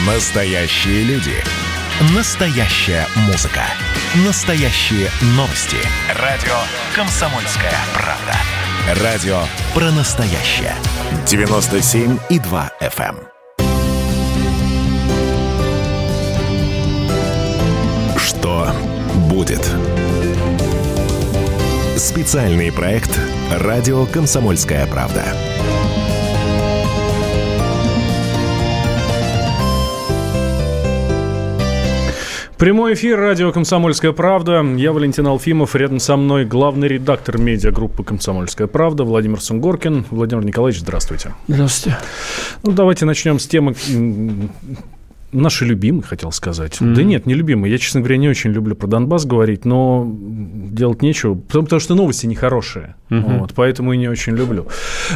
Настоящие люди. Настоящая музыка. Настоящие новости. Радио «Комсомольская правда». Радио про настоящее. 97,2 FM. Что будет? Специальный проект «Радио «Комсомольская правда». Прямой эфир, радио «Комсомольская правда». Я Валентин Алфимов, рядом со мной главный редактор медиагруппы «Комсомольская правда» Владимир Сунгоркин. Владимир Николаевич, здравствуйте. Здравствуйте. Ну, давайте начнем с темы нашей любимой, хотел сказать. Да нет, не любимой. Я, честно говоря, не очень люблю про Донбасс говорить, но делать нечего, потому что новости нехорошие. Вот, поэтому и не очень люблю.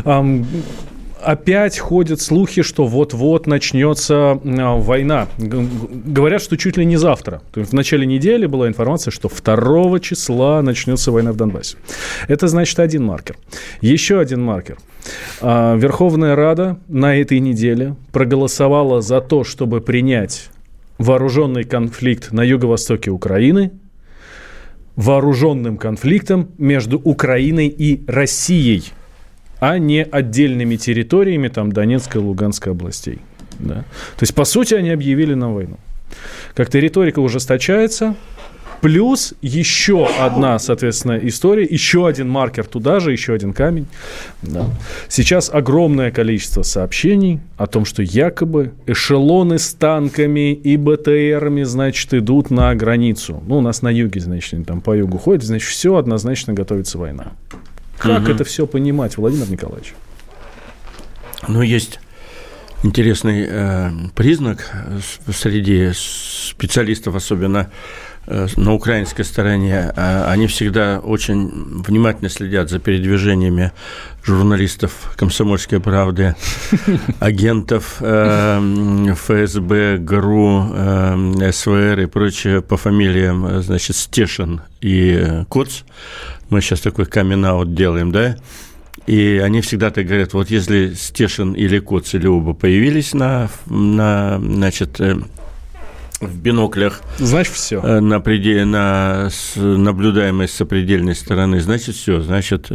Опять ходят слухи, что вот-вот начнется война. Говорят, что чуть ли не завтра. То есть в начале недели была информация, что 2 числа начнется война в Донбассе. Это значит один маркер. Еще один маркер. Верховная Рада на этой неделе проголосовала за то, чтобы принять вооруженный конфликт на юго-востоке Украины вооруженным конфликтом между Украиной и Россией, а не отдельными территориями там, Донецкой и Луганской областей. Да. То есть, по сути, они объявили нам войну. Как-то риторика ужесточается. Плюс еще одна, соответственно, история, еще один маркер туда же, еще один камень. Да. Сейчас огромное количество сообщений о том, что якобы эшелоны с танками и БТРами, значит, идут на границу. Ну, у нас на юге, значит, они там по югу ходят, значит, все однозначно готовится война. Как это все понимать, Владимир Николаевич? Ну, есть интересный признак среди специалистов, особенно на украинской стороне. Они всегда очень внимательно следят за передвижениями журналистов «Комсомольской правды», агентов ФСБ, ГРУ, СВР и прочее по фамилиям, значит, Стешин и Коц. Мы сейчас такой камин-аут делаем, да? И они всегда так говорят, вот если Стешин или Коц или оба появились значит, в биноклях, значит, все. На наблюдаемой с сопредельной стороны, значит, все, значит,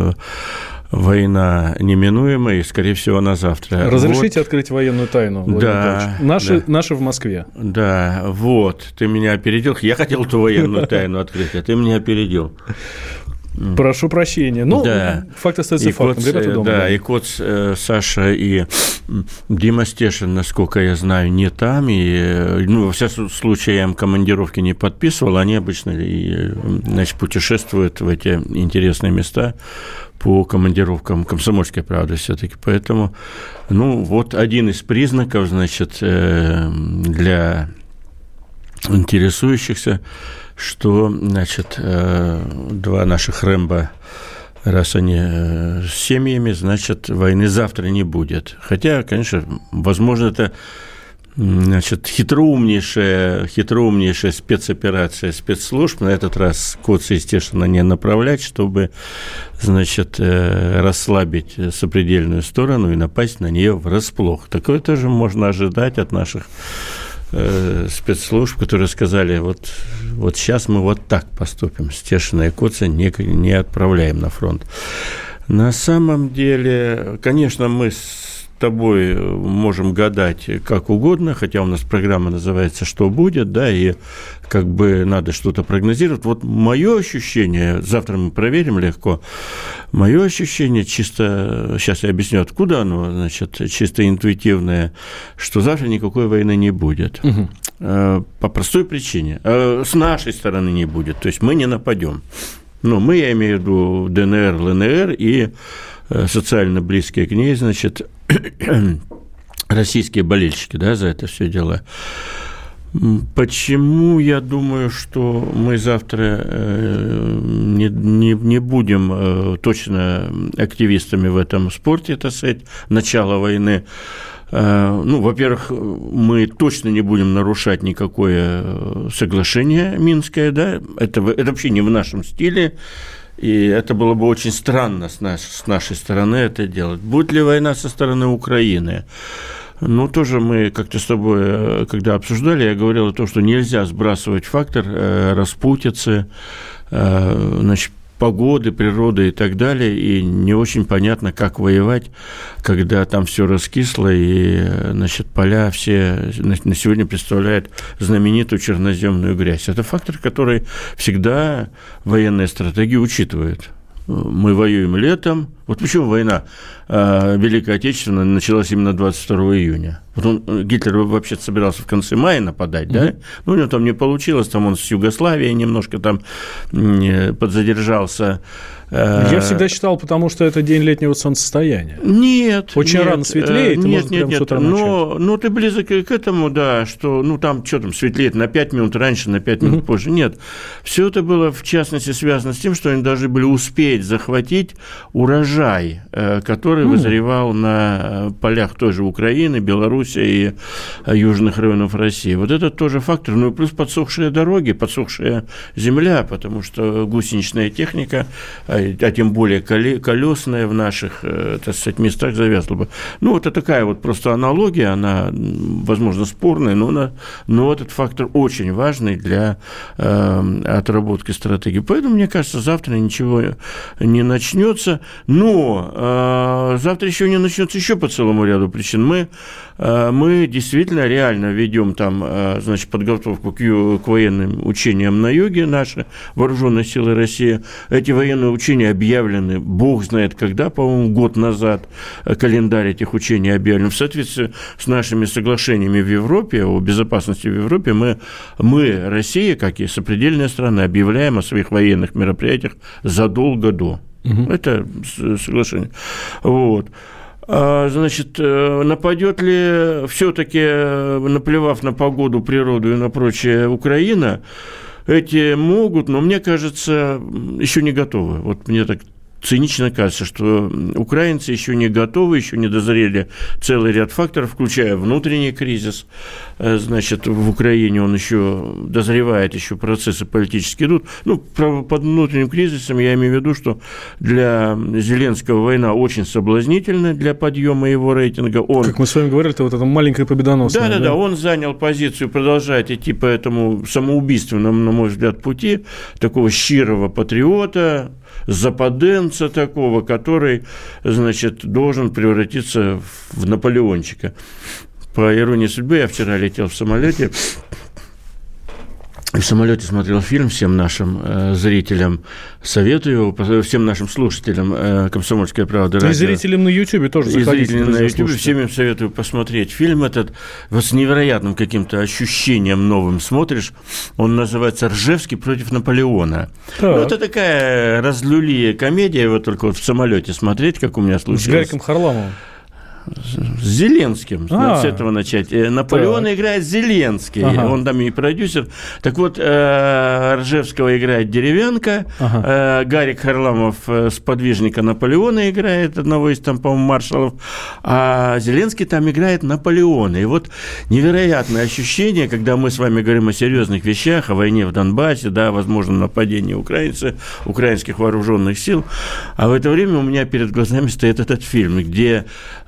война неминуема и, скорее всего, на завтра. Разрешите открыть военную тайну, Владимир Николаевич? Наши в Москве. Да, вот, ты меня опередил. Я хотел эту военную тайну открыть, а ты меня опередил. Прошу прощения. Ну, да. Факт остается фактом. И Коц, Саша и Дима Стешин, насколько я знаю, не там. И, во всяком случае, я им командировки не подписывал. Они обычно, значит, путешествуют в эти интересные места по командировкам «Комсомольской правды» все-таки. Поэтому, вот один из признаков, значит, для интересующихся, что, значит, два наших Рэмбо, раз они с семьями, значит, войны завтра не будет. Хотя, конечно, возможно, это, значит, хитроумнейшая спецоперация спецслужб, на этот раз Коца и Стешина не направлять, чтобы, значит, расслабить сопредельную сторону и напасть на нее врасплох. Такое тоже можно ожидать от наших спецслужб, которые сказали, вот сейчас мы вот так поступим, Стешина и Коца не отправляем на фронт. На самом деле, конечно, мы с тобой можем гадать как угодно, хотя у нас программа называется «Что будет?», да, и как бы надо что-то прогнозировать. Вот мое ощущение, завтра мы проверим легко, мое ощущение чисто, сейчас я объясню, откуда оно, значит, чисто интуитивное, что завтра никакой войны не будет. По простой причине. С нашей стороны не будет, то есть мы не нападем. Мы, я имею в виду ДНР, ЛНР и социально близкие к ней, значит, российские болельщики, да, за это все дело. Почему я думаю, что мы завтра не будем точно активистами в этом спорте, так сказать, начало войны? Во-первых, мы точно не будем нарушать никакое соглашение Минское, да, это вообще не в нашем стиле, и это было бы очень странно с нашей стороны это делать. Будет ли война со стороны Украины? Ну, тоже мы как-то с тобой, когда обсуждали, я говорил о том, что нельзя сбрасывать фактор распутицы, значит, погоды, природы и так далее, и не очень понятно, как воевать, когда там все раскисло, и, значит, поля все на сегодня представляют знаменитую черноземную грязь. Это фактор, который всегда военная стратегия учитывает. Мы воюем летом. Вот почему война Великая Отечественная началась именно 22 июня. Вот Гитлер вообще собирался в конце мая нападать, да? Но у него там не получилось, там он с Югославией немножко там подзадержался. Я всегда считал, потому что это день летнего солнцестояния. Нет. Очень рано светлеет, нет, с утра начать. Но ты близок к этому, да, что, там, что там, светлеет на 5 минут раньше, на 5 минут позже. Нет. Все это было, в частности, связано с тем, что они должны были успеть захватить урожай, который вызревал на полях той же Украины, Беларуси и южных районов России. Вот это тоже фактор. Ну и плюс подсохшие дороги, подсохшая земля, потому что гусеничная техника, а тем более колесная в наших, так сказать, местах завязла бы. Ну, это такая вот просто аналогия, она, возможно, спорная, но этот фактор очень важный для отработки стратегии. Поэтому, мне кажется, завтра ничего не начнется, но завтра еще не начнется еще по целому ряду причин. Мы действительно реально ведем там, значит, подготовку к военным учениям на юге, наши вооруженные силы России. Эти военные учения объявлены, бог знает когда, по-моему, год назад календарь этих учений объявлен. В соответствии с нашими соглашениями в Европе, о безопасности в Европе, мы, Россия, как и сопредельная страна, объявляем о своих военных мероприятиях задолго до. Это соглашение. Вот. Значит, нападет ли все-таки, наплевав на погоду, природу и на прочее, Украина? Эти могут, но мне кажется, еще не готовы. Вот мне так цинично кажется, что украинцы еще не готовы, еще не дозрели целый ряд факторов, включая внутренний кризис. Значит, в Украине он еще дозревает, еще процессы политические идут. Ну, под внутренним кризисом я имею в виду, что для Зеленского война очень соблазнительна для подъема его рейтинга. Как мы с вами говорили, это вот эта маленькая победоносная. Да, он занял позицию продолжать идти по этому самоубийственному, на мой взгляд, пути такого щирого патриота, западенца такого, который, значит, должен превратиться в Наполеончика. По иронии судьбы, я вчера летел в самолете, и в самолете смотрел фильм, всем нашим зрителям советую, всем нашим слушателям «Комсомольская правда». И зрителям на Ютьюбе тоже заходите. И зрителям на Ютьюбе, всем им советую посмотреть фильм этот. Вот с невероятным каким-то ощущением новым смотришь. Он называется «Ржевский против Наполеона». Ну, это такая разлюлия комедия, вот только вот в самолете смотреть, как у меня случилось. С Гариком Харламовым. С Зеленским, с этого начать. Наполеона играет Зеленский, он там и продюсер. Так вот, Ржевского играет Деревянко, Гарик Харламов сподвижника Наполеона играет, одного из там, по-моему, маршалов, а Зеленский там играет Наполеона. И вот невероятное ощущение, когда мы с вами говорим о серьезных вещах, о войне в Донбассе, да, о возможном нападении украинских вооруженных сил, а в это время у меня перед глазами стоит этот фильм, где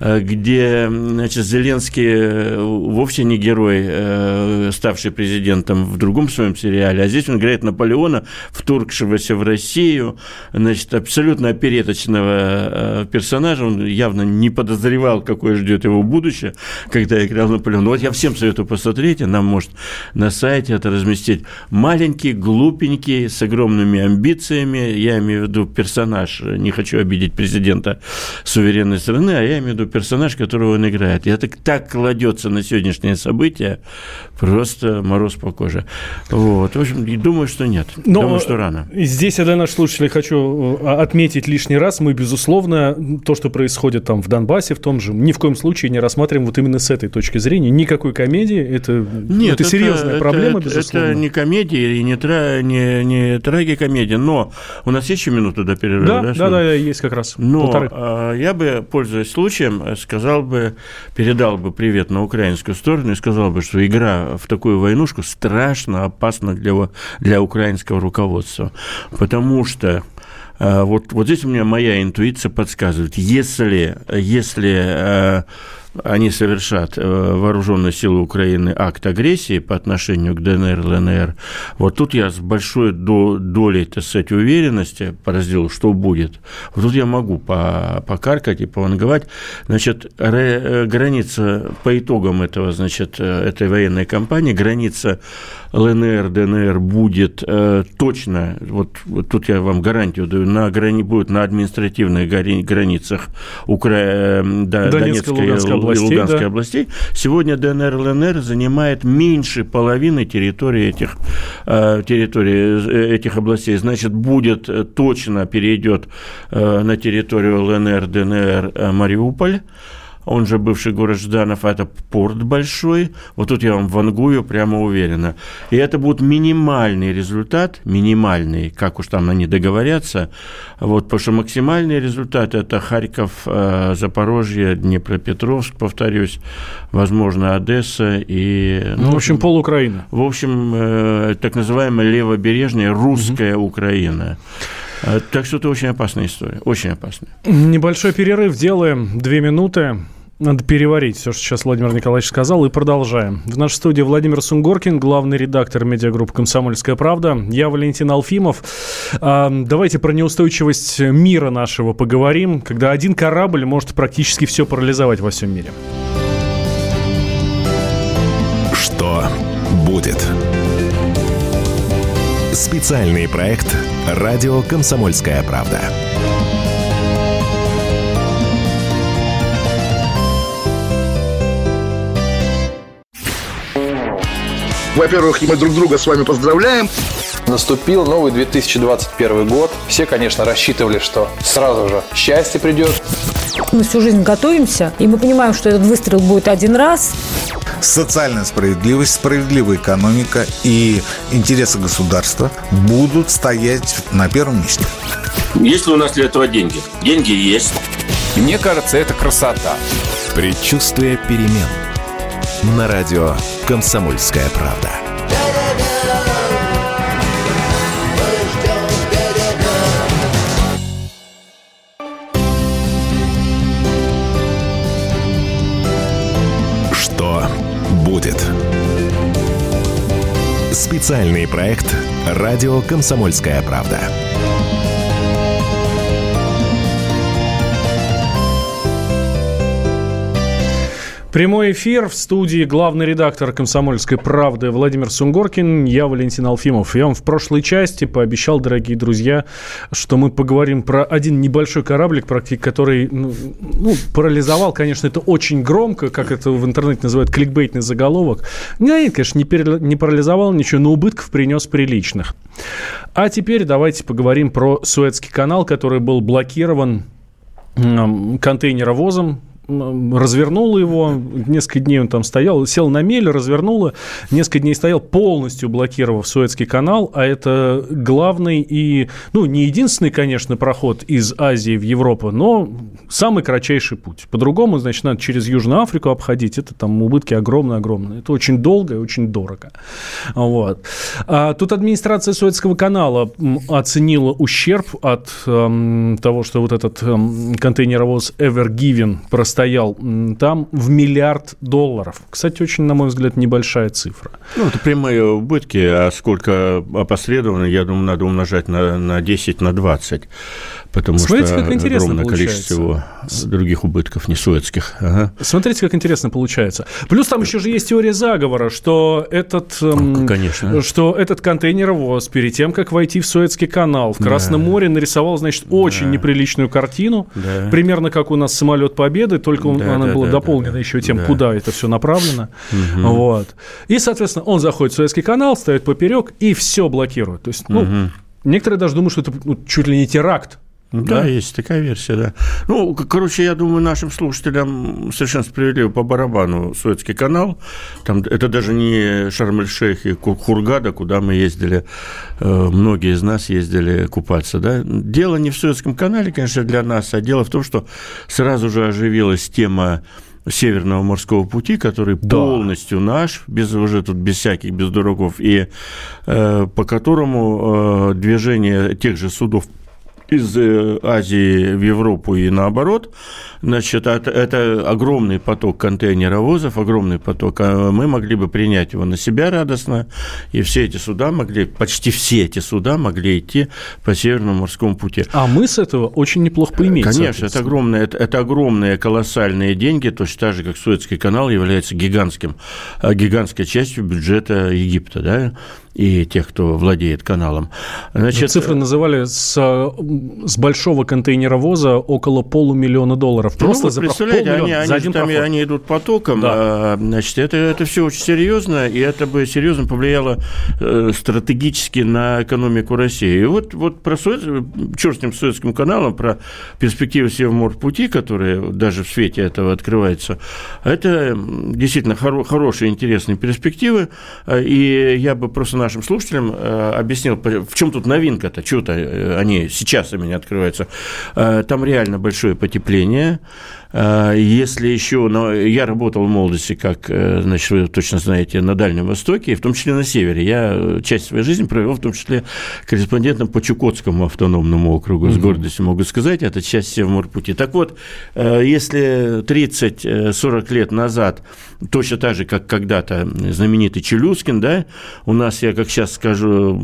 значит, Зеленский вовсе не герой, ставший президентом в другом своем сериале, а здесь он играет Наполеона, вторгшегося в Россию, значит, абсолютно опереточного персонажа, он явно не подозревал, какое ждет его будущее, когда играл Наполеона. Вот я всем советую посмотреть, и нам, может, на сайте это разместить. Маленький, глупенький, с огромными амбициями, я имею в виду персонаж, не хочу обидеть президента суверенной страны, а я имею в виду персонаж, которого он играет. И это так кладется на сегодняшнее событие, просто мороз по коже. Вот. В общем, думаю, что нет. Думаю, что рано. Здесь я для наших слушателей хочу отметить лишний раз. Мы, безусловно, то, что происходит там в Донбассе, в том же, ни в коем случае не рассматриваем вот именно с этой точки зрения. Никакой комедии. Это серьезная проблема, безусловно. Это не комедия и не трагикомедия. Но у нас есть еще минута до перерыва? Да, есть как раз. Но я бы, пользуясь случаем, передал бы привет на украинскую сторону и сказал бы, что игра в такую войнушку страшно опасна для украинского руководства. Потому что вот здесь у меня моя интуиция подсказывает, если они совершат, вооруженные силы Украины, акт агрессии по отношению к ДНР, ЛНР, вот тут я с большой долей, так сказать, уверенности по разделу, что будет, вот тут я могу покаркать и пованговать. Значит, граница по итогам этого, значит, этой военной кампании, граница ЛНР, ДНР будет точно, вот тут я вам гарантию даю, будет на административных границах Донецкой и Луганской областей. Сегодня ДНР, ЛНР занимает меньше половины территории этих областей. Значит, точно перейдет на территорию ЛНР, ДНР Мариуполь. Он же бывший город Жданов, это порт большой. Вот тут я вам вангую прямо уверенно. И это будет минимальный результат, как уж там они договорятся. Вот, потому что максимальный результат – это Харьков, Запорожье, Днепропетровск, повторюсь, возможно, Одесса и… в общем, полукраина. В общем, так называемая левобережная русская Украина. Так что это очень опасная история, очень опасная. Небольшой перерыв делаем, 2 минуты. Надо переварить все, что сейчас Владимир Николаевич сказал, и продолжаем. В нашей студии Владимир Сунгоркин, главный редактор медиагруппы «Комсомольская правда». Я Валентин Алфимов. Давайте про неустойчивость мира нашего поговорим, когда один корабль может практически все парализовать во всем мире. Что будет? Специальный проект «Радио Комсомольская правда». Во-первых, мы друг друга с вами поздравляем. Наступил новый 2021 год. Все, конечно, рассчитывали, что сразу же счастье придет. Мы всю жизнь готовимся, и мы понимаем, что этот выстрел будет один раз. Социальная справедливость, справедливая экономика и интересы государства будут стоять на первом месте. Есть ли у нас для этого деньги? Деньги есть. Мне кажется, это красота. Предчувствие перемен. На радио «Комсомольская правда». Что будет? Специальный проект «Радио Комсомольская правда». Прямой эфир, в студии главный редактор «Комсомольской правды» Владимир Сунгоркин, я Валентин Алфимов. Я вам в прошлой части пообещал, дорогие друзья, что мы поговорим про один небольшой кораблик, который парализовал, конечно, это очень громко, как это в интернете называют, кликбейтный заголовок. Нет, конечно, не парализовал ничего, но убытков принес приличных. А теперь давайте поговорим про Суэцкий канал, который был блокирован контейнеровозом. Развернула его, несколько дней он там стоял, сел на мель, развернула, несколько дней стоял, полностью блокировав Суэцкий канал, а это главный и, не единственный, конечно, проход из Азии в Европу, но самый кратчайший путь. По-другому, значит, надо через Южную Африку обходить, это там убытки огромные-огромные, это очень долго и очень дорого. Вот. Тут администрация Суэцкого канала оценила ущерб от того, что вот этот контейнеровоз Ever Given простоял там в $1 миллиард. Кстати, очень, на мой взгляд, небольшая цифра. Это прямые убытки, а сколько опосредованно, я думаю, надо умножать на 10, на 20. Потому Смотрите, что как интересно огромное получается. количество других убытков, не суэцких. Ага. Смотрите, как интересно получается. Плюс там еще же есть теория заговора, что этот контейнеровоз перед тем, как войти в Суэцкий канал, в Красном море нарисовал, значит, очень неприличную картину. Да. Примерно как у нас самолет Победы, только она была дополнена еще тем, куда это все направлено. Угу. Вот. И, соответственно, он заходит в Суэцкий канал, ставит поперек и все блокирует. То есть, некоторые даже думают, что это чуть ли не теракт. Да, есть такая версия, да. Я думаю, нашим слушателям совершенно справедливо по барабану Суэцкий канал. Там, это даже не Шарм-эль-Шейх и Хургада, куда мы ездили, многие из нас ездили купаться, да. Дело не в Суэцком канале, конечно, для нас, а дело в том, что сразу же оживилась тема Северного морского пути, который полностью наш, без дураков, и по которому движение тех же судов из Азии в Европу и наоборот. Значит, это огромный поток контейнеровозов, огромный поток. Мы могли бы принять его на себя радостно, и все эти суда почти все эти суда могли идти по Северному морскому пути. А мы с этого очень неплохо поимеем. Конечно, это огромные колоссальные деньги, точно так же, как Суэцкий канал является гигантской частью бюджета Египта, да, и тех, кто владеет каналом. Значит, цифры называли с большого контейнеровоза около $500 000. Просто за $500 000. Они идут потоком. Да. Значит, это все очень серьезно, и это бы серьезно повлияло стратегически на экономику России. И вот про черт с ним, Суэцким каналом, про перспективы Севморпути, которые даже в свете этого открываются, это действительно хорошие, интересные перспективы, и я бы просто нашим слушателям объяснил, в чем тут новинка-то, чего-то они сейчас именно открываются. Там реально большое потепление. Если еще... Я работал в молодости, как, значит, вы точно знаете, на Дальнем Востоке, в том числе на Севере. Я часть своей жизни провел, в том числе, корреспондентом по Чукотскому автономному округу. С гордостью могу сказать, это часть Севморпути. Так вот, если 30-40 лет назад, точно так же, как когда-то знаменитый Челюскин, да, у нас, я как сейчас скажу,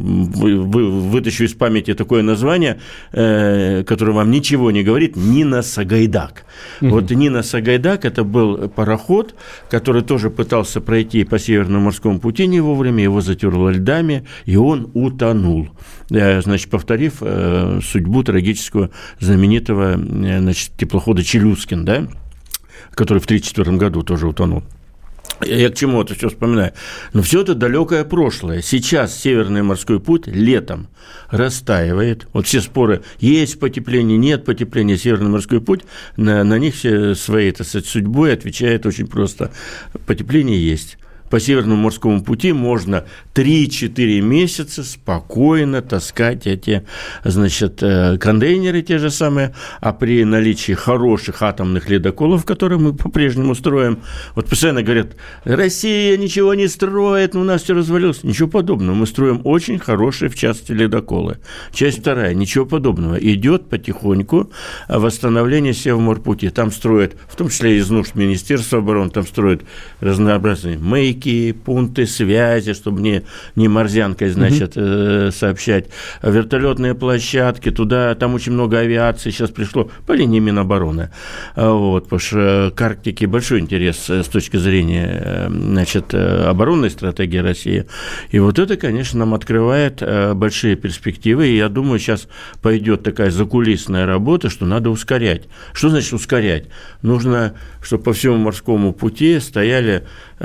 вытащу из памяти такое название, которое вам ничего не говорит, Нина Сагайдак. Вот Нина Сагайдак – это был пароход, который тоже пытался пройти по Северному морскому пути не вовремя, его затерло льдами, и он утонул. Значит, повторив судьбу трагического знаменитого, значит, теплохода Челюскин, да, который в 1934 году тоже утонул. Я к чему это все вспоминаю? Но все это далекое прошлое. Сейчас Северный морской путь летом растаивает. Вот все споры, есть потепление, нет потепления. Северный морской путь, на них все своей, так сказать, судьбой отвечает очень просто. Потепление есть. По Северному морскому пути можно 3-4 месяца спокойно таскать эти, значит, контейнеры те же самые, а при наличии хороших атомных ледоколов, которые мы по-прежнему строим, вот постоянно говорят, Россия ничего не строит, у нас все развалилось. Ничего подобного, мы строим очень хорошие, в частности, ледоколы. Часть вторая, ничего подобного. Идет потихоньку восстановление Севморпути. Там строят, в том числе из нужд Министерства обороны, там строят разнообразные маяки, пункты связи, чтобы не морзянкой, значит, сообщать. Вертолетные площадки, туда, там очень много авиации сейчас пришло по линии Минобороны. Вот, потому что к Арктике большой интерес с точки зрения, значит, оборонной стратегии России. И вот это, конечно, нам открывает большие перспективы. И я думаю, сейчас пойдет такая закулисная работа, что надо ускорять. Что значит ускорять? Нужно, чтобы по всему морскому пути стояли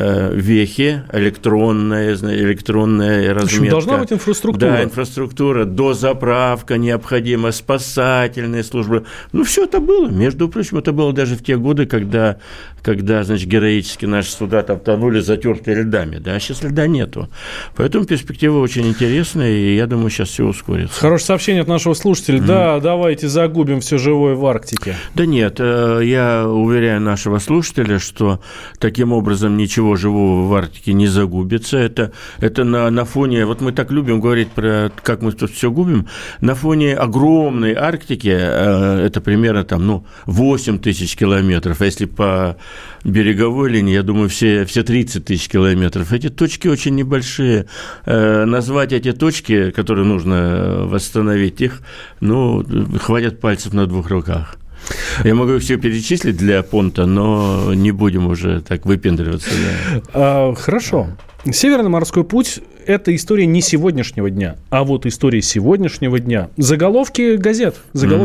вехи, электронная разметка. В общем, должна быть инфраструктура. Да, инфраструктура, дозаправка необходима, спасательные службы. Ну, все это было. Между прочим, это было даже в те годы, когда значит, героически наши суда там тонули, затертые льдами. Да, а сейчас льда нету. Поэтому перспектива очень интересная, и я думаю, сейчас все ускорится. Хорошее сообщение от нашего слушателя. Да, давайте загубим все живое в Арктике. Да нет, я уверяю нашего слушателя, что таким образом ничего живого в Арктике не загубится. Это на фоне, вот мы так любим говорить про, как мы тут все губим, на фоне огромной Арктики, это примерно там, 8 тысяч километров, а если по береговой линии, я думаю, все 30 тысяч километров, эти точки очень небольшие. Назвать эти точки, которые нужно восстановить, их, хватит пальцев на 2 руках. Я могу их все перечислить для понта, но не будем уже так выпендриваться. Да. Хорошо. Северный морской путь – это история не сегодняшнего дня, а вот история сегодняшнего дня. Заголовки газет.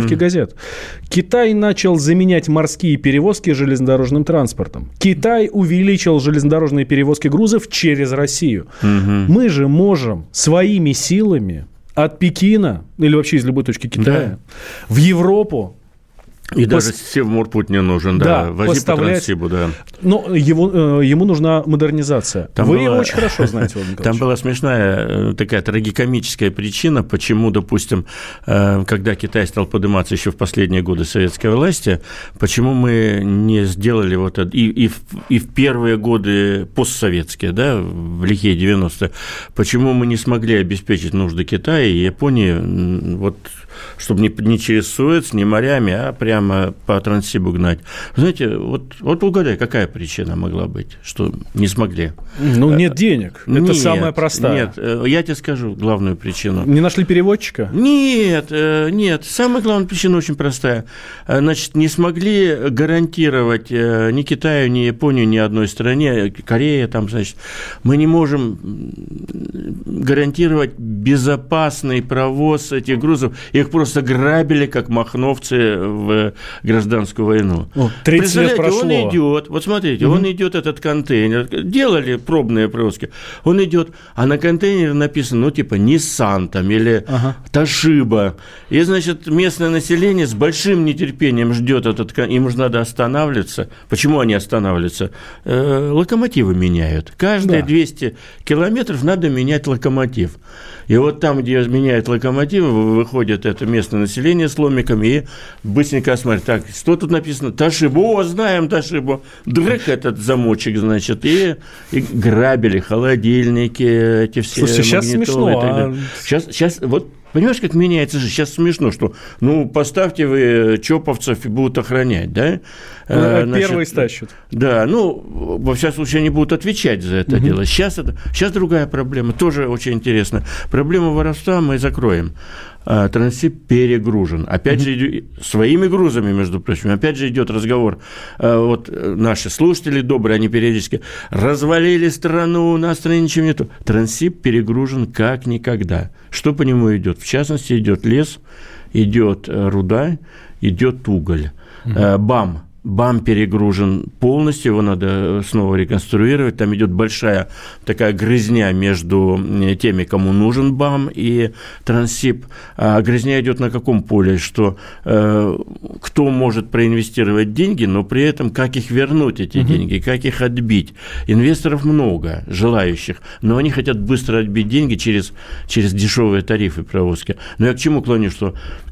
Китай начал заменять морские перевозки железнодорожным транспортом. Китай увеличил железнодорожные перевозки грузов через Россию. Мы же можем своими силами от Пекина или вообще из любой точки Китая в Европу И даже Севморпуть не нужен, да. Вози по Транссибу, да. Но ему нужна модернизация. Вы его очень хорошо знаете, Владимир Николаевич. Там была смешная такая трагикомическая причина, почему, допустим, когда Китай стал подниматься еще в последние годы советской власти, почему мы не сделали вот это, и в первые годы постсоветские, да, в лихие 90-е, почему мы не смогли обеспечить нужды Китая и Японии, вот, чтобы не через Суэц, не морями, а прямо по Транссибу гнать. Знаете, вот угадай, какая причина могла быть, что не смогли? Ну, нет денег. Это самая простая. Нет, я тебе скажу главную причину. Не нашли переводчика? Нет. Самая главная причина очень простая. Значит, не смогли гарантировать ни Китаю, ни Японию, ни одной стране, Корея там, значит, мы не можем гарантировать безопасный провоз этих грузов. Их просто грабили, как махновцы в гражданскую войну. 30 лет прошло. Он идет, вот смотрите, он идет, этот контейнер, делали пробные провозки, он идет, а на контейнере написано, ну, типа, Nissan там или Toshiba. И, значит, местное население с большим нетерпением ждет им же надо останавливаться. Почему они останавливаются? Локомотивы меняют. Каждые 200 километров надо менять локомотив. И вот там, где меняют локомотивы, выходит это местное население с ломиками и быстренько смотрит, так, что тут написано? Toshiba, знаем Toshiba. Дрык этот замочек, значит, и грабили холодильники, эти все. Слушайте, сейчас смешно. Сейчас, вот, понимаешь, как меняется жизнь? Сейчас смешно, что, поставьте вы чоповцев и будут охранять, да? Первые стащат. Да, во всяком случае, они будут отвечать за это дело. Сейчас другая проблема, тоже очень интересная. Проблему воровства мы закроем. Транссиб перегружен. Опять же, своими грузами, между прочим. Опять же, идет разговор. Вот наши слушатели добрые, они периодически развалили страну, у нас в стране ничего нету. Транссиб перегружен как никогда. Что по нему идет? В частности, идет лес, идет руда, идет уголь. БАМ перегружен полностью, его надо снова реконструировать. Там идет большая такая грызня между теми, кому нужен БАМ и Транссиб. А грызня идет на каком поле? Что кто может проинвестировать деньги, но при этом как их вернуть, эти деньги, как их отбить. Инвесторов много, желающих, но они хотят быстро отбить деньги через дешевые тарифы провозки. Но я к чему клоню, что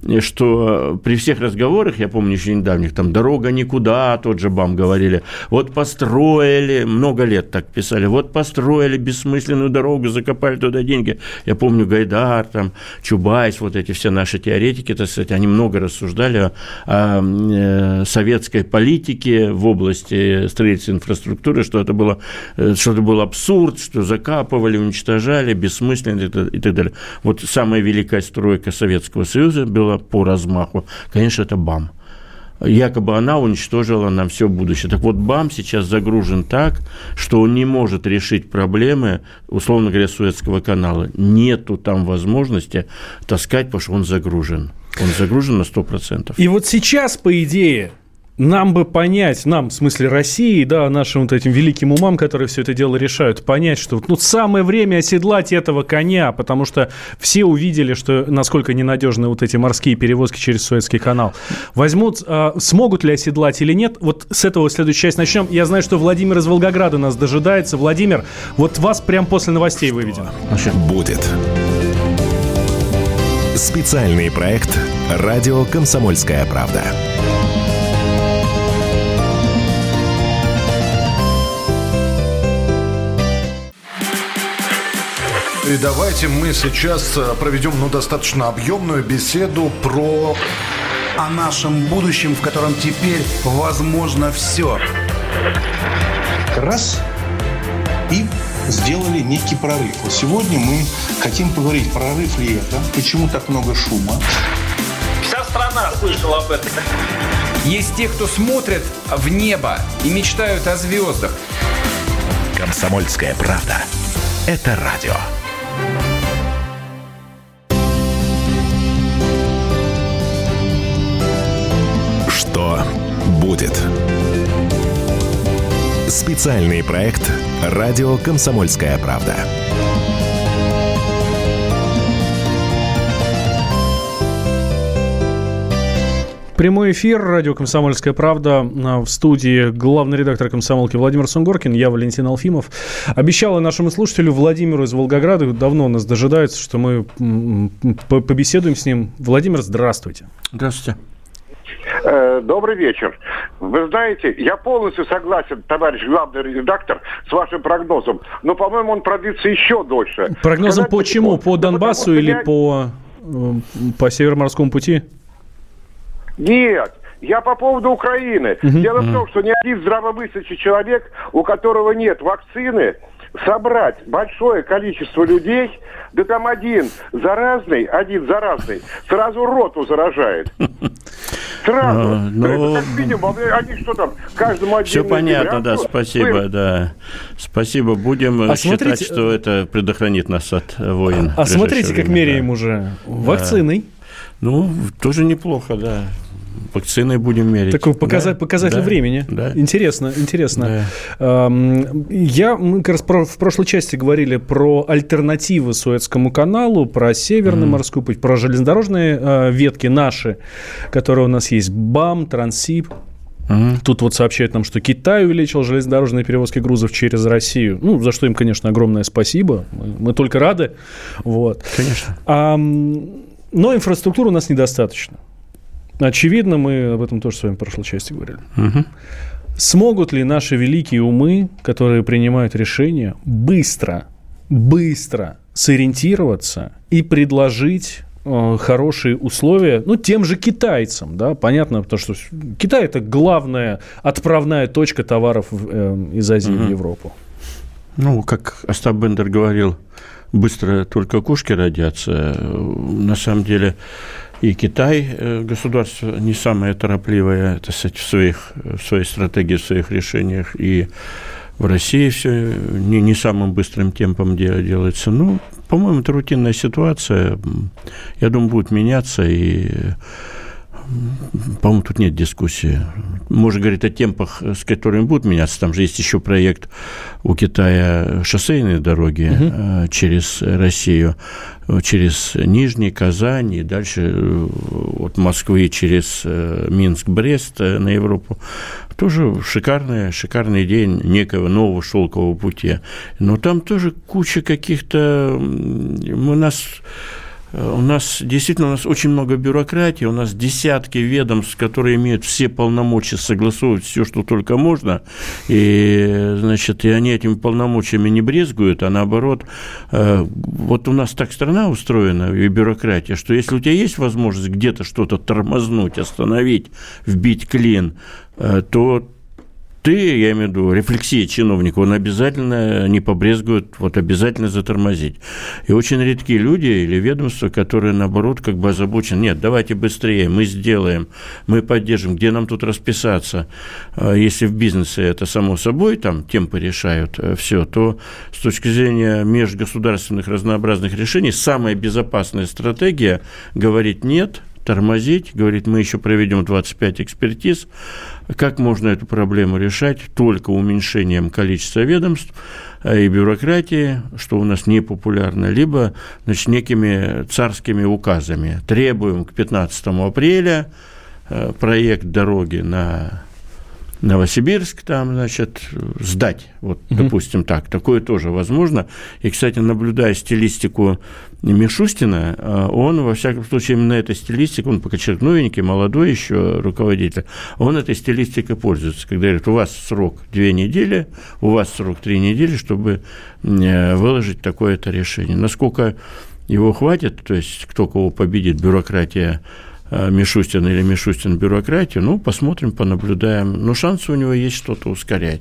при всех разговорах, я помню еще недавних, там дорога никуда, тот же БАМ говорили, вот построили, много лет так писали, вот построили бессмысленную дорогу, закопали туда деньги. Я помню Гайдар, там, Чубайс, вот эти все наши теоретики, так сказать, они много рассуждали о советской политике в области строительства инфраструктуры, что это был абсурд, что закапывали, уничтожали, бессмысленно и так далее. Вот самая великая стройка Советского Союза была по размаху, конечно, это БАМ. Якобы она уничтожила нам все будущее. Так вот, БАМ сейчас загружен так, что он не может решить проблемы, условно говоря, Суэцкого канала. Нету там возможности таскать, потому что он загружен. Он загружен на 100%. И вот сейчас, по идее, нам бы понять, в смысле России, да, нашим вот этим великим умам, которые все это дело решают, понять, что самое время оседлать этого коня, потому что все увидели, что насколько ненадежны вот эти морские перевозки через Суэцкий канал. Смогут ли оседлать или нет? Вот с этого следующую часть начнем. Я знаю, что Владимир из Волгограда нас дожидается. Владимир, вот вас прям после новостей выведем. Будет. Специальный проект «Радио Комсомольская правда». И давайте мы сейчас проведем достаточно объемную беседу о нашем будущем, в котором теперь возможно все. Раз и сделали некий прорыв. Вот сегодня мы хотим поговорить, прорыв ли это, почему так много шума. Вся страна слышала об этом. Есть те, кто смотрят в небо и мечтают о звездах. Комсомольская правда. Это радио. Что будет? Специальный проект «Радио Комсомольская правда». Прямой эфир, радио «Комсомольская правда». В студии главный редактор «Комсомолки» Владимир Сунгоркин, я Валентин Алфимов. Обещал нашему слушателю Владимиру из Волгограда, давно нас дожидается, что мы побеседуем с ним. Владимир, здравствуйте. Здравствуйте. Добрый вечер. Вы знаете, я полностью согласен, товарищ главный редактор, с вашим прогнозом, но, по-моему, он продлится еще дольше. Прогнозом по чему? По Донбассу или по Североморскому пути? Нет, я по поводу Украины. Дело в том, что ни один здравомыслящий человек, у которого нет вакцины, собрать большое количество людей, да там один заразный, сразу роту заражает. Сразу. Как минимум, они что там, каждому отдельно... Все понятно, да, спасибо, да. Спасибо, будем считать, что это предохранит нас от войн. А смотрите, как меряем уже вакциной. Ну, тоже неплохо, да. Вакциной будем мерить. Такой показатель времени. Да. Интересно. Да. Мы как раз в прошлой части говорили про альтернативы Суэцкому каналу, про Северный морской путь, про железнодорожные ветки наши, которые у нас есть. БАМ, Транссиб. Тут вот сообщают нам, что Китай увеличил железнодорожные перевозки грузов через Россию. Ну, за что им, конечно, огромное спасибо. Мы только рады. Вот. Конечно. Но инфраструктуры у нас недостаточно. Очевидно, мы об этом тоже с вами в прошлой части говорили. Смогут ли наши великие умы, которые принимают решения, быстро сориентироваться и предложить хорошие условия, тем же китайцам, да, понятно, потому что Китай – это главная отправная точка товаров из Азии в Европу. Ну, как Остап Бендер говорил, быстро только кошки родятся. На самом деле и Китай, государство не самое торопливое, так сказать, в своей стратегии, в своих решениях, и в России все не самым быстрым темпом делается. Ну, по-моему, это рутинная ситуация. Я думаю, будет меняться, и, по-моему, тут нет дискуссии. Можно говорить о темпах, с которыми будут меняться. Там же есть еще проект у Китая шоссейные дороги через Россию, через Нижний, Казань и дальше от Москвы через Минск, Брест на Европу. Тоже шикарная идея некого нового шелкового пути. Но там тоже куча каких-то... У нас действительно очень много бюрократии, у нас десятки ведомств, которые имеют все полномочия согласовывать все, что только можно, и, значит, и они этими полномочиями не брезгуют, а наоборот, вот у нас так страна устроена, и бюрократия, что если у тебя есть возможность где-то что-то тормознуть, остановить, вбить клин, то я имею в виду, рефлексия чиновника, он обязательно не побрезгует, обязательно затормозить. И очень редкие люди или ведомства, которые, наоборот, как бы озабочены, нет, давайте быстрее, мы сделаем, мы поддержим, где нам тут расписаться. Если в бизнесе это само собой, там темпы решают все, то с точки зрения межгосударственных разнообразных решений самая безопасная стратегия говорить «нет», тормозить, говорит, мы еще проведем 25 экспертиз. Как можно эту проблему решать? Только уменьшением количества ведомств и бюрократии, что у нас непопулярно, либо, значит, некими царскими указами. Требуем к 15 апреля проект дороги на Новосибирск, там, значит, сдать, допустим, такое тоже возможно. И, кстати, наблюдая стилистику Мишустина, он, во всяком случае, именно этой стилистикой, он пока человек новенький, молодой еще руководитель, он этой стилистикой пользуется, когда говорит, у вас срок 2 недели, у вас срок 3 недели, чтобы выложить такое-то решение. Насколько его хватит, то есть кто кого победит, бюрократия Мишустин или Мишустин бюрократию, посмотрим, понаблюдаем. Но шансы у него есть что-то ускорять.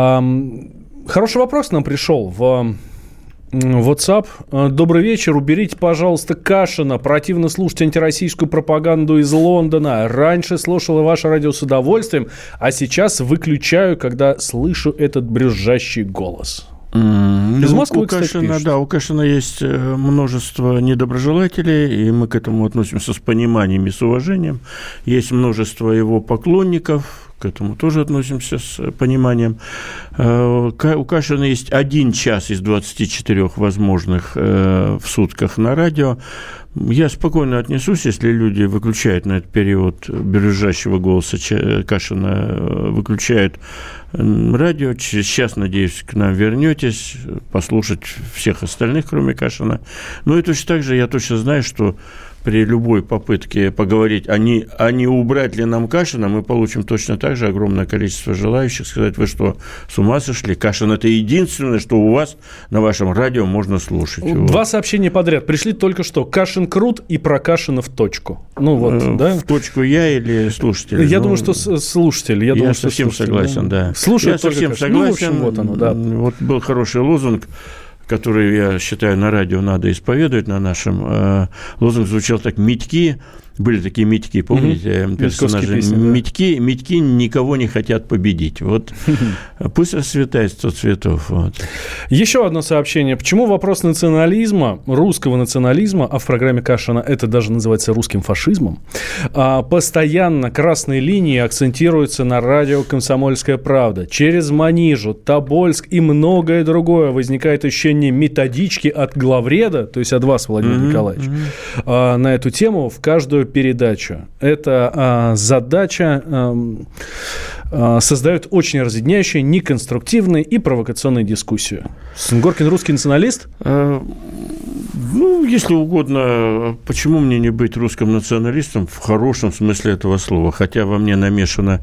Хороший вопрос нам пришел в WhatsApp. Добрый вечер. Уберите, пожалуйста, Кашина. Противно слушать антироссийскую пропаганду из Лондона. Раньше слушала ваше радио с удовольствием, а сейчас выключаю, когда слышу этот брюзжащий голос. Из Москвы, кстати, пишут. Да, у Кашина есть множество недоброжелателей, и мы к этому относимся с пониманием и с уважением. Есть множество его поклонников, к этому тоже относимся с пониманием. У Кашина есть 1 час из 24 возможных в сутках на радио. Я спокойно отнесусь, если люди выключают на этот период брюзжащего голоса Кашина, выключают радио. Через час, надеюсь, к нам вернетесь, послушать всех остальных, кроме Кашина. Ну и точно так же я точно знаю, что при любой попытке поговорить, а не убрать ли нам Кашина, мы получим точно так же огромное количество желающих сказать: вы что, с ума сошли? Кашин – это единственное, что у вас на вашем радио можно слушать. 2 сообщения подряд пришли только что. Кашин крут и про Кашина в точку. Ну вот, да? В точку я или слушатель? Я думаю, что слушатель. Я совсем согласен, да. Слушаю, я совсем согласен. Ну, в общем, вот оно, да. Вот был хороший лозунг, который, я считаю, на радио надо исповедовать на нашем. Лозунг звучал так: «Митьки». Были такие Митьки, помните, персонажи? Песни, да. Митьки никого не хотят победить. Вот пусть расцветает 100 цветов. Вот. Еще одно сообщение. Почему вопрос национализма, русского национализма, а в программе Кашина это даже называется русским фашизмом, постоянно красной линией акцентируется на радио «Комсомольская правда»? Через Манижу, Тобольск и многое другое возникает ощущение методички от главреда, то есть от вас, Владимир Николаевич, на эту тему в каждую передачу. Эта задача создает очень разъединяющую, неконструктивную и провокационную дискуссию. Горкин русский националист? Ну, если угодно, почему мне не быть русским националистом в хорошем смысле этого слова? Хотя во мне намешано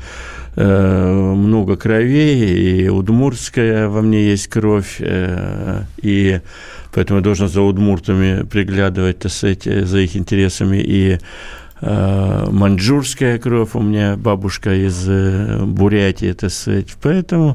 много кровей, и удмуртская во мне есть кровь, и поэтому я должен за удмуртами приглядывать, так сказать, за их интересами, и маньчжурская кровь, у меня бабушка из Бурятии, так сказать, поэтому...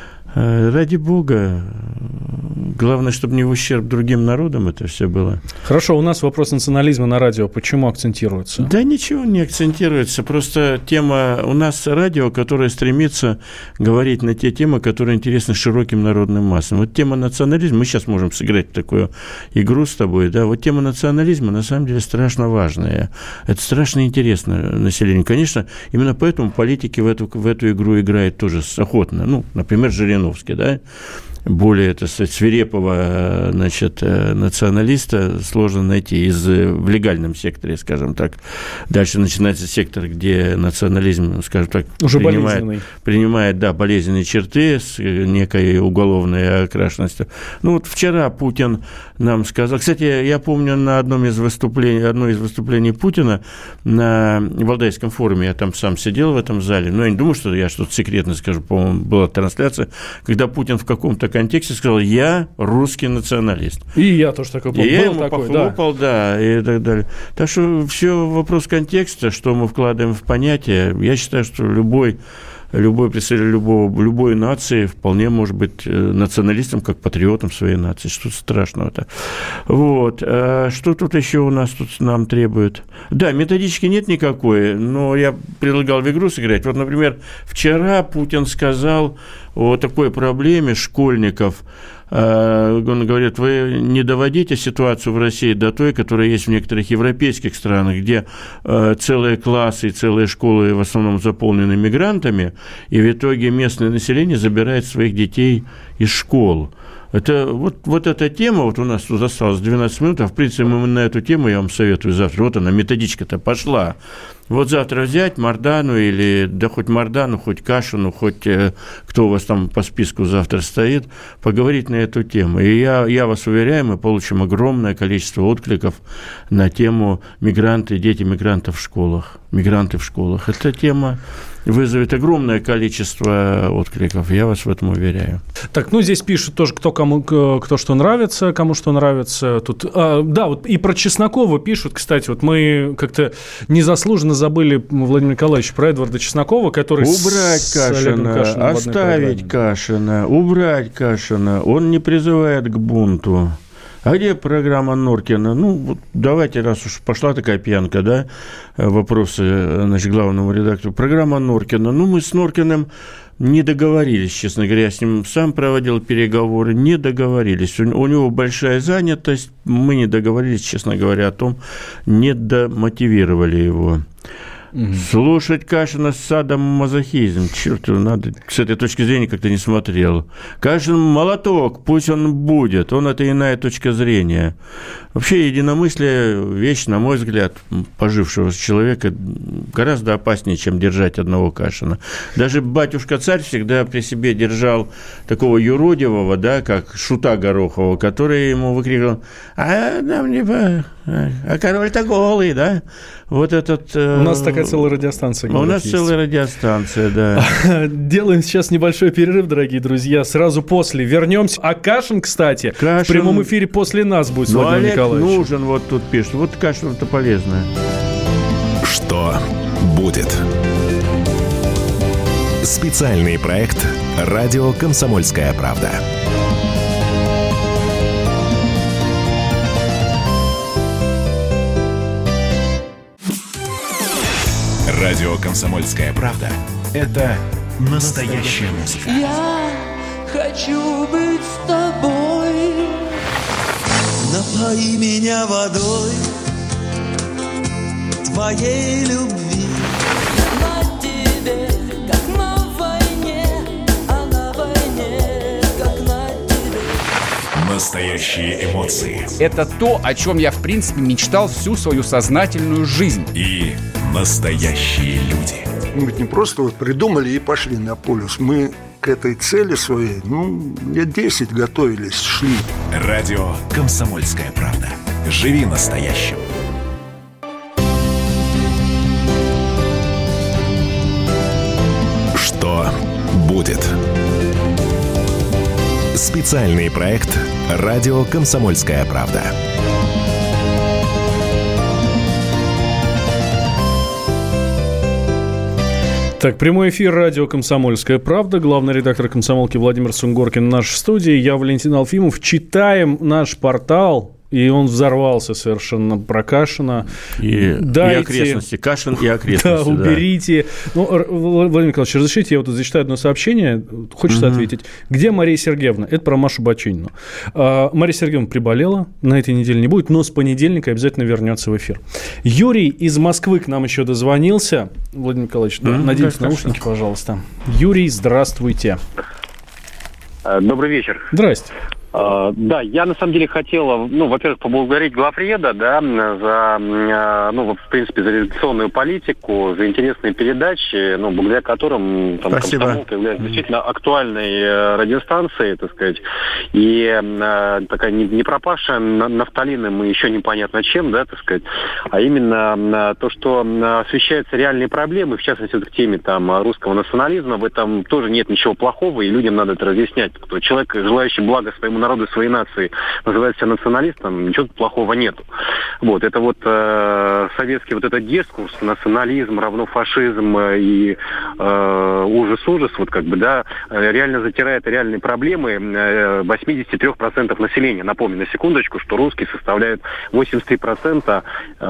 Ради бога, главное, чтобы не в ущерб другим народам это все было. Хорошо, у нас вопрос национализма на радио. Почему акцентируется? Да ничего не акцентируется. Просто тема... У нас радио, которое стремится говорить на те темы, которые интересны широким народным массам. Вот тема национализма, мы сейчас можем сыграть такую игру с тобой, да, вот тема национализма на самом деле страшно важная. Это страшно интересно населению. Конечно, именно поэтому политики в эту игру играют тоже охотно. Ну, например, Жириновский, да, более, так сказать, свирепого, значит, националиста сложно найти в легальном секторе, скажем так. Дальше начинается сектор, где национализм, скажем так, уже принимает, да, болезненные черты с некой уголовной окрашенностью. Ну, вот вчера Путин нам сказал... Кстати, я помню одно из выступлений Путина на Валдайском форуме, я там сам сидел в этом зале, но я не думаю, что я что-то секретное скажу, по-моему, была трансляция, когда Путин в каком-то контексте сказал: я русский националист. И я тоже такой помню. И я ему похлопал, да, и так далее. Так что все вопрос контекста, что мы вкладываем в понятие. Я считаю, что любой представитель любой нации вполне может быть националистом, как патриотом своей нации. Что страшного-то? Вот. Что тут еще у нас тут нам требует? Да, методички нет никакой, но я предлагал в игру сыграть. Вот, например, вчера Путин сказал о такой проблеме школьников. Он говорит: вы не доводите ситуацию в России до той, которая есть в некоторых европейских странах, где целые классы и целые школы в основном заполнены мигрантами, и в итоге местное население забирает своих детей из школ. Это вот эта тема, вот у нас тут осталось 12 минут, а в принципе мы на эту тему, я вам советую завтра, вот она, методичка-то пошла. Вот завтра взять Мардану или, да хоть Мардану, хоть Кашину, хоть кто у вас там по списку завтра стоит, поговорить на эту тему. И я вас уверяю, мы получим огромное количество откликов на тему мигранты, дети мигрантов в школах. Мигранты в школах. Эта тема вызовет огромное количество откликов, я вас в этом уверяю. Так, ну здесь пишут тоже, кто что нравится, кому что нравится. Тут, да, вот и про Чеснокова пишут, кстати, вот мы как-то незаслуженно забыли, Владимир Николаевич, про Эдварда Чеснокова, который убрать Кашина, оставить Кашина, убрать Кашина, он не призывает к бунту. А где программа Норкина? Ну, вот давайте, раз уж пошла такая пьянка, да, вопросы, значит, главному редактору. Программа Норкина. Ну, мы с Норкиным не договорились, честно говоря. Я с ним сам проводил переговоры, не договорились. У него большая занятость, мы не договорились, честно говоря, о том, не домотивировали его. Слушать Кашина садомазохизм. Черт, надо с этой точки зрения как-то не смотрел. Кашин молоток, пусть он будет. Он — это иная точка зрения. Вообще единомыслие — вещь, на мой взгляд, пожившего человека гораздо опаснее, чем держать одного Кашина. Даже батюшка-царь всегда при себе держал такого юродивого, да, как Шута Горохова, который ему выкрикивал: а король-то голый, да? Вот этот... У нас такая целая радиостанция. У нас целая радиостанция, да. Делаем сейчас небольшой перерыв, дорогие друзья. Сразу после вернемся. А Кашин, кстати, в прямом эфире после нас будет с Владимиром Николаевичем. Нужен, вот тут пишут. Вот Кашин — это полезно. Что будет? Специальный проект «Радио Комсомольская правда». Радио «Комсомольская правда» — это настоящая музыка. Я хочу быть с тобой. Напои меня водой твоей любви. На тебе, как на войне, а на войне, как на тебе. Настоящие эмоции. Это то, о чем я, в принципе, мечтал всю свою сознательную жизнь. И настоящие люди. Мы ведь не просто вот придумали и пошли на полюс. Мы к этой цели своей, лет 10 готовились, шли. Радио «Комсомольская правда». Живи настоящим. Что будет? Специальный проект «Радио Комсомольская правда». Так, прямой эфир радио «Комсомольская правда». Главный редактор «Комсомолки» Владимир Сунгоркин в нашей студии. Я Валентин Алфимов. Читаем наш портал. И он взорвался совершенно про Кашина. И окрестности. Кашин и окрестности. Да, уберите. Ну, Владимир Николаевич, разрешите, я вот зачитаю одно сообщение. Хочется ответить. Где Мария Сергеевна? Это про Машу Бачинину. Мария Сергеевна приболела. На этой неделе не будет, но с понедельника обязательно вернется в эфир. Юрий из Москвы к нам еще дозвонился. Владимир Николаевич, наденьте наушники, пожалуйста. Юрий, здравствуйте. Добрый вечер. Здрасте. Да, я на самом деле хотел, во-первых, поблагодарить главреда, да, за, в принципе, за редакционную политику, за интересные передачи, благодаря которым «Комсомолка» является действительно актуальной радиостанцией, так сказать, и такая не пропавшая нафталином и еще непонятно чем, да, так сказать, а именно то, что освещаются реальные проблемы, в частности, к теме русского национализма, в этом тоже нет ничего плохого, и людям надо это разъяснять. Человек, желающий блага своему народу, своей нации, называет себя националистом, ничего плохого нету. Вот, это вот советский вот этот дискурс, национализм равно фашизм и ужас-ужас, вот как бы, да, реально затирает реальные проблемы 83% населения. Напомню, на секундочку, что русские составляют 83%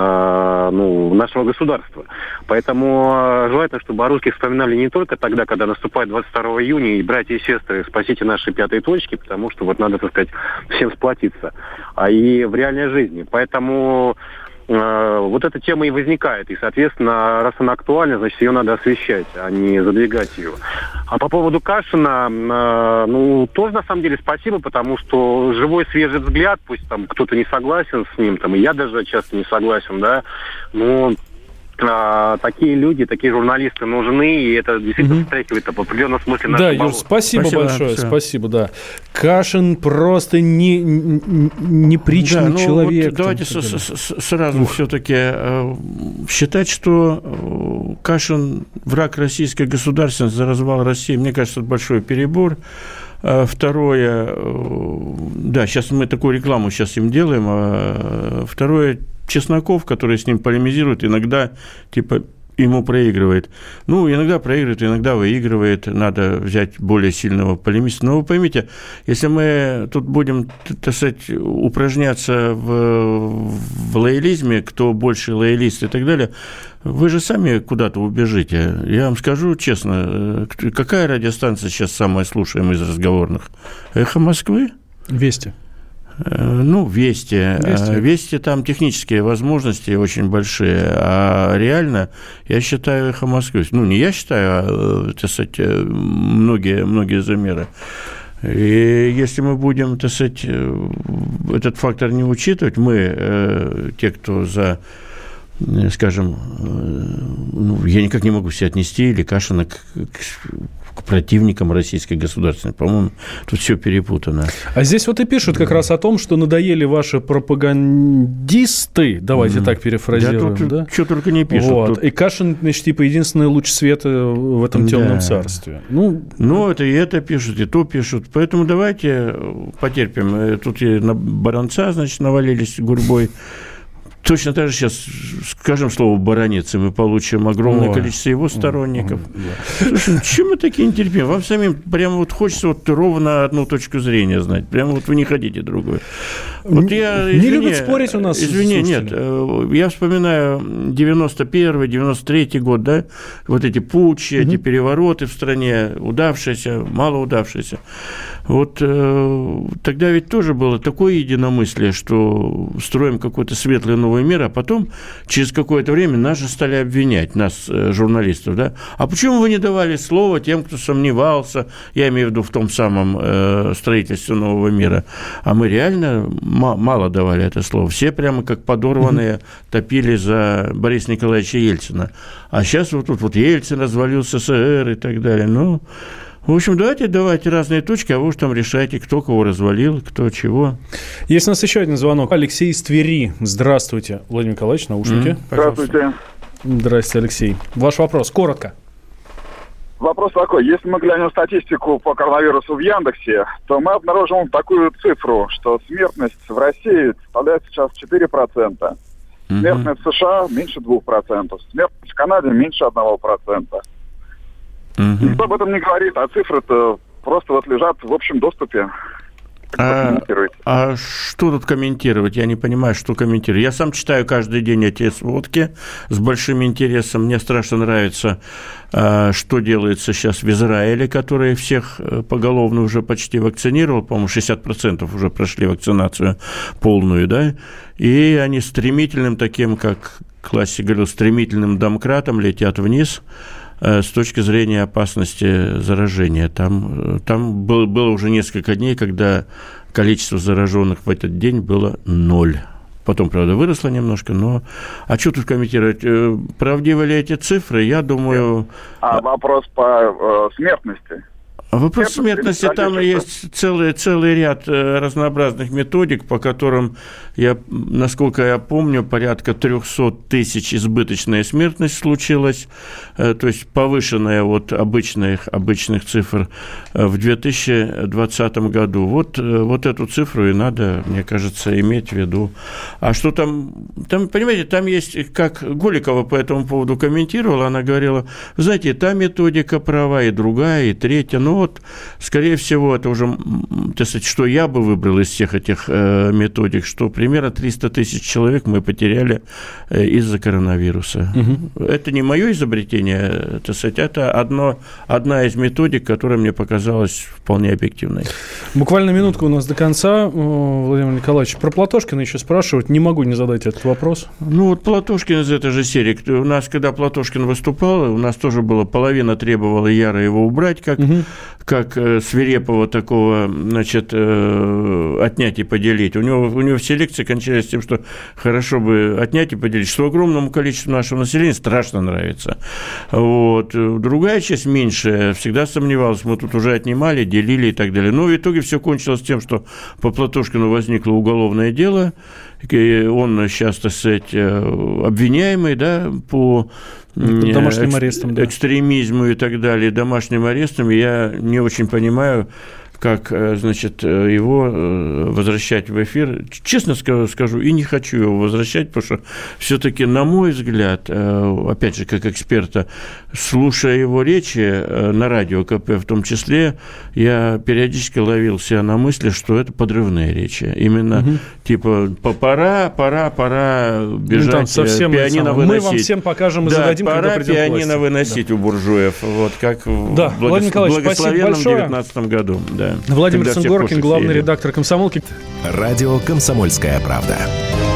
нашего государства. Поэтому желательно, чтобы о русских вспоминали не только тогда, когда наступает 22 июня, и братья и сестры, спасите наши пятые точки, потому что вот надо, так сказать, всем сплотиться, а и в реальной жизни. Поэтому вот эта тема и возникает. И, соответственно, раз она актуальна, значит, ее надо освещать, а не задвигать ее. А по поводу Кашина, тоже, на самом деле, спасибо, потому что живой, свежий взгляд, пусть там кто-то не согласен с ним, и я даже часто не согласен, да, но такие люди, такие журналисты нужны, и это действительно встряхивает в определенном смысле наше болото. Да, Юр, спасибо большое, спасибо, да. Кашин просто непричный человек. Вот давайте сразу все-таки считать, что Кашин враг российской государственности, за развал России, мне кажется, это большой перебор. Второе, да, сейчас мы такую рекламу сейчас им делаем, а второе, Чесноков, который с ним полемизирует, иногда ему проигрывает. Иногда проигрывает, иногда выигрывает. Надо взять более сильного полемиста. Но вы поймите, если мы тут будем, так сказать, упражняться в лоялизме, кто больше лоялист и так далее, вы же сами куда-то убежите. Я вам скажу честно, какая радиостанция сейчас самая слушаемая из разговорных? «Эхо Москвы»? «Вести». Вести там технические возможности очень большие, а реально, я считаю, «Эхо Москвы». Не я считаю, так сказать, многие замеры. И если мы будем, так сказать, этот фактор не учитывать, мы, те, кто за, скажем, я никак не могу себя отнести или Кашина к противникам российской государственной. По-моему, тут все перепутано. А здесь вот и пишут как раз о том, что надоели ваши пропагандисты, давайте так перефразируем. Да, тут что только не пишут. Вот. И Кашин, значит, типа единственный луч света в этом темном царстве. Это и это пишут, и то пишут. Поэтому давайте потерпим. Тут и на Баранца, значит, навалились гурьбой. Точно так же сейчас скажем слово «баранец», и мы получим огромное количество его сторонников. Слушай, чем мы такие нетерпимые? Вам самим прямо вот хочется ровно одну точку зрения знать. Прямо вот вы не хотите другую. Не любят спорить у нас. Извини, нет. Я вспоминаю 91-й, 93-й год, да? Вот эти путчи, эти перевороты в стране, удавшиеся, малоудавшиеся. Вот тогда ведь тоже было такое единомыслие, что строим какой-то светлый новый мир, а потом через какое-то время нас же стали обвинять, нас, журналистов, да? А почему вы не давали слова тем, кто сомневался, я имею в виду в том самом строительстве нового мира? А мы реально мало давали это слово. Все прямо как подорванные топили за Бориса Николаевича Ельцина. А сейчас вот тут Ельцин развалил СССР и так далее. В общем, давайте разные точки, а вы уж там решайте, кто кого развалил, кто чего. Есть у нас еще один звонок. Алексей из Твери. Здравствуйте. Владимир Николаевич, наушники. Здравствуйте. Здравствуйте, Алексей. Ваш вопрос, коротко. Вопрос такой. Если мы глянем статистику по коронавирусу в Яндексе, то мы обнаружим такую цифру, что смертность в России составляет сейчас 4%. Смертность в США меньше 2%. Смертность в Канаде меньше 1%. Никто об этом не говорит, а цифры-то просто лежат в общем доступе. А что тут комментировать? Я не понимаю, что комментировать. Я сам читаю каждый день эти сводки с большим интересом. Мне страшно нравится, что делается сейчас в Израиле, который всех поголовно уже почти вакцинировал. По-моему, 60% уже прошли вакцинацию полную, да? И они стремительным таким, как классик говорил, стремительным домкратом летят вниз с точки зрения опасности заражения. Там было уже несколько дней, когда количество зараженных в этот день было 0. Потом, правда, выросло немножко, но... А что тут комментировать? Правдивы ли эти цифры? Я думаю... вопрос по смертности. Вопрос смертности, там есть целый ряд разнообразных методик, по которым, насколько я помню, порядка 300 тысяч избыточная смертность случилась, то есть повышенная от обычных цифр в 2020 году. Вот эту цифру и надо, мне кажется, иметь в виду. А что там, понимаете, там есть, как Голикова по этому поводу комментировала, она говорила, вы знаете, та методика права, и другая, и третья, скорее всего, это уже, так сказать, что я бы выбрал из всех этих методик, что примерно 300 тысяч человек мы потеряли из-за коронавируса. Это не мое изобретение, так сказать, это одна из методик, которая мне показалась вполне объективной. Буквально минутка у нас до конца, Владимир Николаевич. Про Платошкина еще спрашивают, не могу не задать этот вопрос. Платошкин из этой же серии. У нас, когда Платошкин выступал, у нас тоже было половина требовала яро его убрать, как свирепого такого, значит, отнять и поделить. У него все лекции кончались тем, что хорошо бы отнять и поделить, что огромному количеству нашего населения страшно нравится. Другая часть, меньшая, всегда сомневалась, мы тут уже отнимали, делили и так далее. Но в итоге все кончилось тем, что по Платошкину возникло уголовное дело, он сейчас, так сказать, обвиняемый, да, по домашним арестам, да, экстремизму и так далее, домашним арестам. Я не очень понимаю, как, значит, его возвращать в эфир. Честно скажу, и не хочу его возвращать, потому что все-таки, на мой взгляд, опять же, как эксперта, слушая его речи на радио КП в том числе, я периодически ловил себя на мысли, что это подрывные речи. Именно типа пора бежать, пианино выносить. Мы вам всем покажем и зададим, когда придем к власти. Пора пианино выносить у буржуев, как в благословенном 19 году. Да. Владимир когда все Сунгоркин, кушать главный едут. редактор «Комсомолки». Радио «Комсомольская правда».